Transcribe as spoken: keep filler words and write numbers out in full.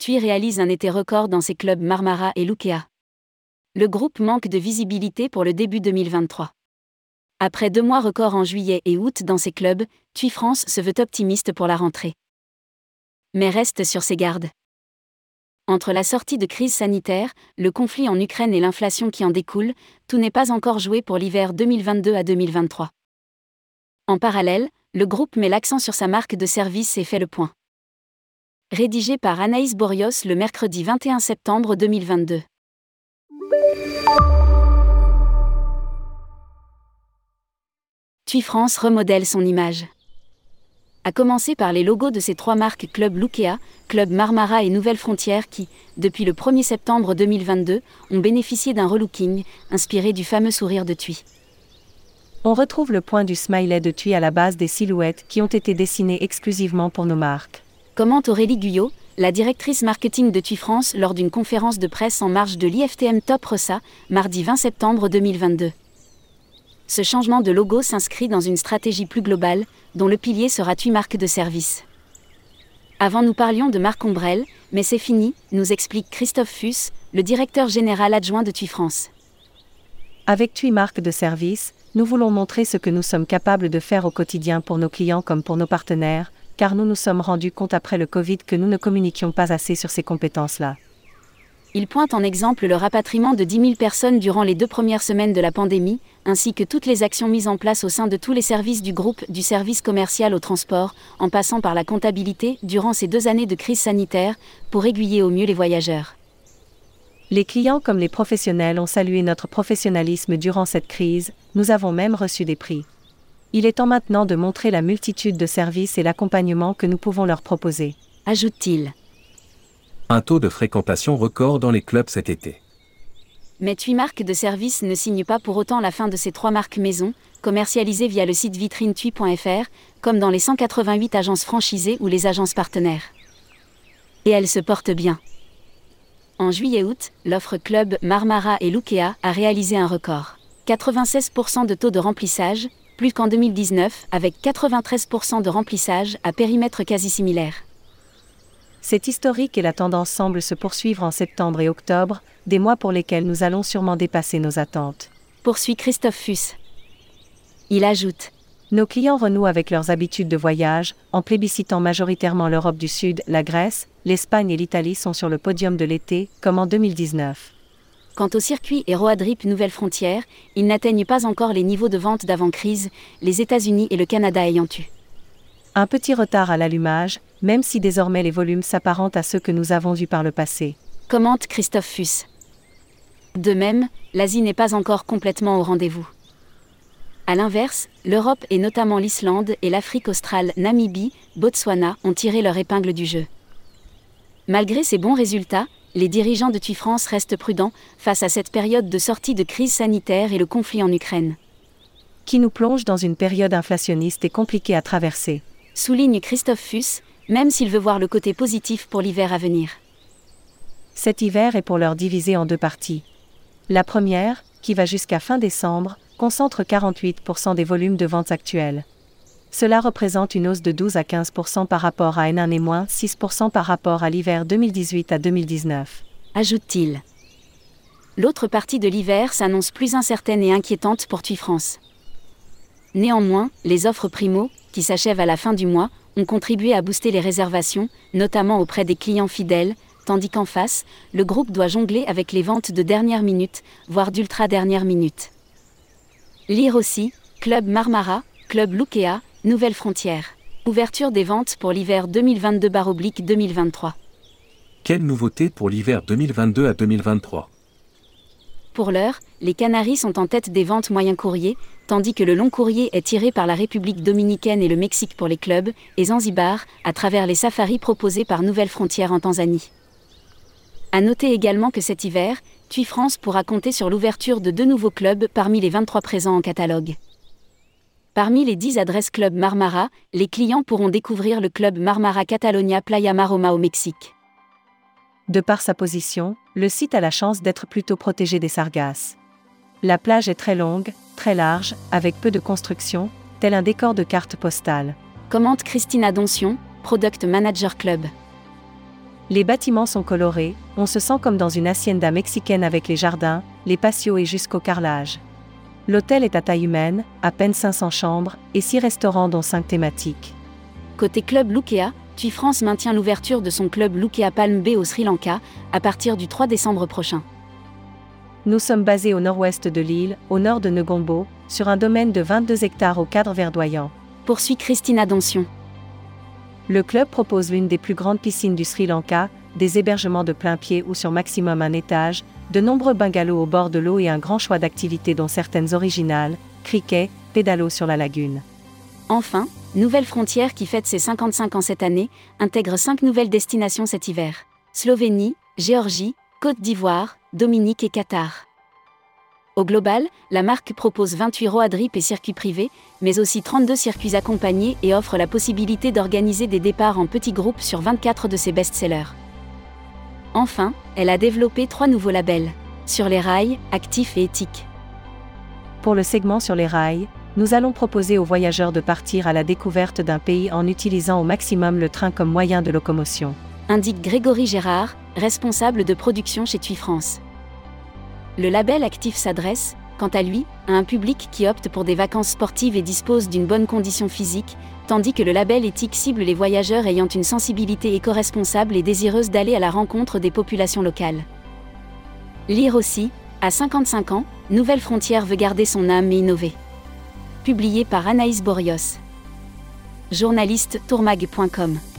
TUI réalise un été record dans ses clubs Marmara et Lukea. Le groupe manque de visibilité pour le début deux mille vingt-trois. Après deux mois records en juillet et août dans ses clubs, TUI France se veut optimiste pour la rentrée. Mais reste sur ses gardes. Entre la sortie de crise sanitaire, le conflit en Ukraine et l'inflation qui en découle, tout n'est pas encore joué pour l'hiver deux mille vingt-deux à deux mille vingt-trois. En parallèle, le groupe met l'accent sur sa marque de service et fait le point. Rédigé par Anaïs Borios le mercredi vingt et un septembre deux mille vingt-deux. TUI France remodèle son image. À commencer par les logos de ses trois marques Club Lukea, Club Marmara et Nouvelle Frontière qui, depuis le premier septembre deux mille vingt-deux, ont bénéficié d'un relooking, inspiré du fameux sourire de TUI. On retrouve le point du smiley de TUI à la base des silhouettes qui ont été dessinées exclusivement pour nos marques. Commente Aurélie Guyot, la directrice marketing de TUI France lors d'une conférence de presse en marge de l'I F T M Top Ressa, mardi vingt septembre deux mille vingt-deux. Ce changement de logo s'inscrit dans une stratégie plus globale, dont le pilier sera TUI Marque de Service. Avant nous parlions de marque ombrelle, mais c'est fini, nous explique Christophe Fuss, le directeur général adjoint de TUI France. Avec TUI Marque de Service, nous voulons montrer ce que nous sommes capables de faire au quotidien pour nos clients comme pour nos partenaires, car nous nous sommes rendus compte après le Covid que nous ne communiquions pas assez sur ces compétences-là. Il pointe en exemple le rapatriement de dix mille personnes durant les deux premières semaines de la pandémie, ainsi que toutes les actions mises en place au sein de tous les services du groupe, du service commercial au transport, en passant par la comptabilité, durant ces deux années de crise sanitaire, pour aiguiller au mieux les voyageurs. Les clients comme les professionnels ont salué notre professionnalisme durant cette crise, nous avons même reçu des prix. Il est temps maintenant de montrer la multitude de services et l'accompagnement que nous pouvons leur proposer. Ajoute-t-il. Un taux de fréquentation record dans les clubs cet été. Mais TUI Marque de Service ne signe pas pour autant la fin de ces trois marques maison, commercialisées via le site vitrine tui point f r, comme dans les cent quatre-vingt-huit agences franchisées ou les agences partenaires. Et elles se portent bien. En juillet-août, l'offre Club Marmara et Lukea a réalisé un record. quatre-vingt-seize pour cent de taux de remplissage, plus qu'en deux mille dix-neuf, avec quatre-vingt-treize pour cent de remplissage à périmètre quasi similaire. C'est historique et la tendance semble se poursuivre en septembre et octobre, des mois pour lesquels nous allons sûrement dépasser nos attentes. Poursuit Christophe Fuss. Il ajoute. Nos clients renouent avec leurs habitudes de voyage, en plébiscitant majoritairement l'Europe du Sud, la Grèce, l'Espagne et l'Italie sont sur le podium de l'été, comme en deux mille dix-neuf. Quant au circuit Euroadrip Nouvelle Frontière, ils n'atteignent pas encore les niveaux de vente d'avant-crise, les États-Unis et le Canada ayant eu un petit retard à l'allumage, même si désormais les volumes s'apparentent à ceux que nous avons vus par le passé. Commente Christophe Fuss. De même, l'Asie n'est pas encore complètement au rendez-vous. A l'inverse, l'Europe et notamment l'Islande et l'Afrique australe, Namibie, Botswana ont tiré leur épingle du jeu. Malgré ces bons résultats, les dirigeants de TUI France restent prudents face à cette période de sortie de crise sanitaire et le conflit en Ukraine. Qui nous plonge dans une période inflationniste et compliquée à traverser. Souligne Christophe Fuss, même s'il veut voir le côté positif pour l'hiver à venir. Cet hiver est pour leur divisé en deux parties. La première, qui va jusqu'à fin décembre, concentre quarante-huit pour cent des volumes de ventes actuels. Cela représente une hausse de douze à quinze pour cent par rapport à N un et moins six pour cent par rapport à l'hiver deux mille dix-huit à deux mille dix-neuf. Ajoute-t-il. L'autre partie de l'hiver s'annonce plus incertaine et inquiétante pour TUI France. Néanmoins, les offres primo, qui s'achèvent à la fin du mois, ont contribué à booster les réservations, notamment auprès des clients fidèles, tandis qu'en face, le groupe doit jongler avec les ventes de dernière minute, voire d'ultra-dernière minute. Lire aussi, Club Marmara, Club Lukea, Nouvelle Frontière. Ouverture des ventes pour l'hiver deux mille vingt-deux deux mille vingt-trois. Quelle nouveauté pour l'hiver deux mille vingt-deux à deux mille vingt-trois? Pour l'heure, les Canaries sont en tête des ventes moyen courrier, tandis que le long courrier est tiré par la République dominicaine et le Mexique pour les clubs, et Zanzibar, à travers les safaris proposés par Nouvelle Frontière en Tanzanie. À noter également que cet hiver, TUI France pourra compter sur l'ouverture de deux nouveaux clubs parmi les vingt-trois présents en catalogue. Parmi les dix adresses Club Marmara, les clients pourront découvrir le club Marmara Catalonia Playa Maroma au Mexique. De par sa position, le site a la chance d'être plutôt protégé des sargasses. La plage est très longue, très large, avec peu de construction, tel un décor de carte postale. Commente Christina Doncion, Product Manager Club. Les bâtiments sont colorés, on se sent comme dans une hacienda mexicaine avec les jardins, les patios et jusqu'au carrelage. L'hôtel est à taille humaine, à peine cinq cents chambres, et six restaurants dont cinq thématiques. Côté club Lukea, TUI France maintient l'ouverture de son club Lukea Palm Bay au Sri Lanka, à partir du trois décembre prochain. Nous sommes basés au nord-ouest de l'île, au nord de Negombo, sur un domaine de vingt-deux hectares au cadre verdoyant. Poursuit Christina Doncion. Le club propose l'une des plus grandes piscines du Sri Lanka, des hébergements de plein pied ou sur maximum un étage, de nombreux bungalows au bord de l'eau et un grand choix d'activités dont certaines originales, cricket, pédalo sur la lagune. Enfin, Nouvelle Frontière qui fête ses cinquante-cinq ans cette année, intègre cinq nouvelles destinations cet hiver. Slovénie, Géorgie, Côte d'Ivoire, Dominique et Qatar. Au global, la marque propose vingt-huit roadtrips et circuits privés, mais aussi trente-deux circuits accompagnés et offre la possibilité d'organiser des départs en petits groupes sur vingt-quatre de ses best-sellers. Enfin, elle a développé trois nouveaux labels. Sur les rails, actifs et éthiques. Pour le segment sur les rails, nous allons proposer aux voyageurs de partir à la découverte d'un pays en utilisant au maximum le train comme moyen de locomotion. Indique Grégory Gérard, responsable de production chez TUI France. Le label actif s'adresse, quant à lui, à un public qui opte pour des vacances sportives et dispose d'une bonne condition physique, tandis que le label éthique cible les voyageurs ayant une sensibilité éco-responsable et désireuses d'aller à la rencontre des populations locales. Lire aussi, à cinquante-cinq ans, Nouvelle Frontière veut garder son âme et innover. Publié par Anaïs Borios. Journaliste tourmag point com.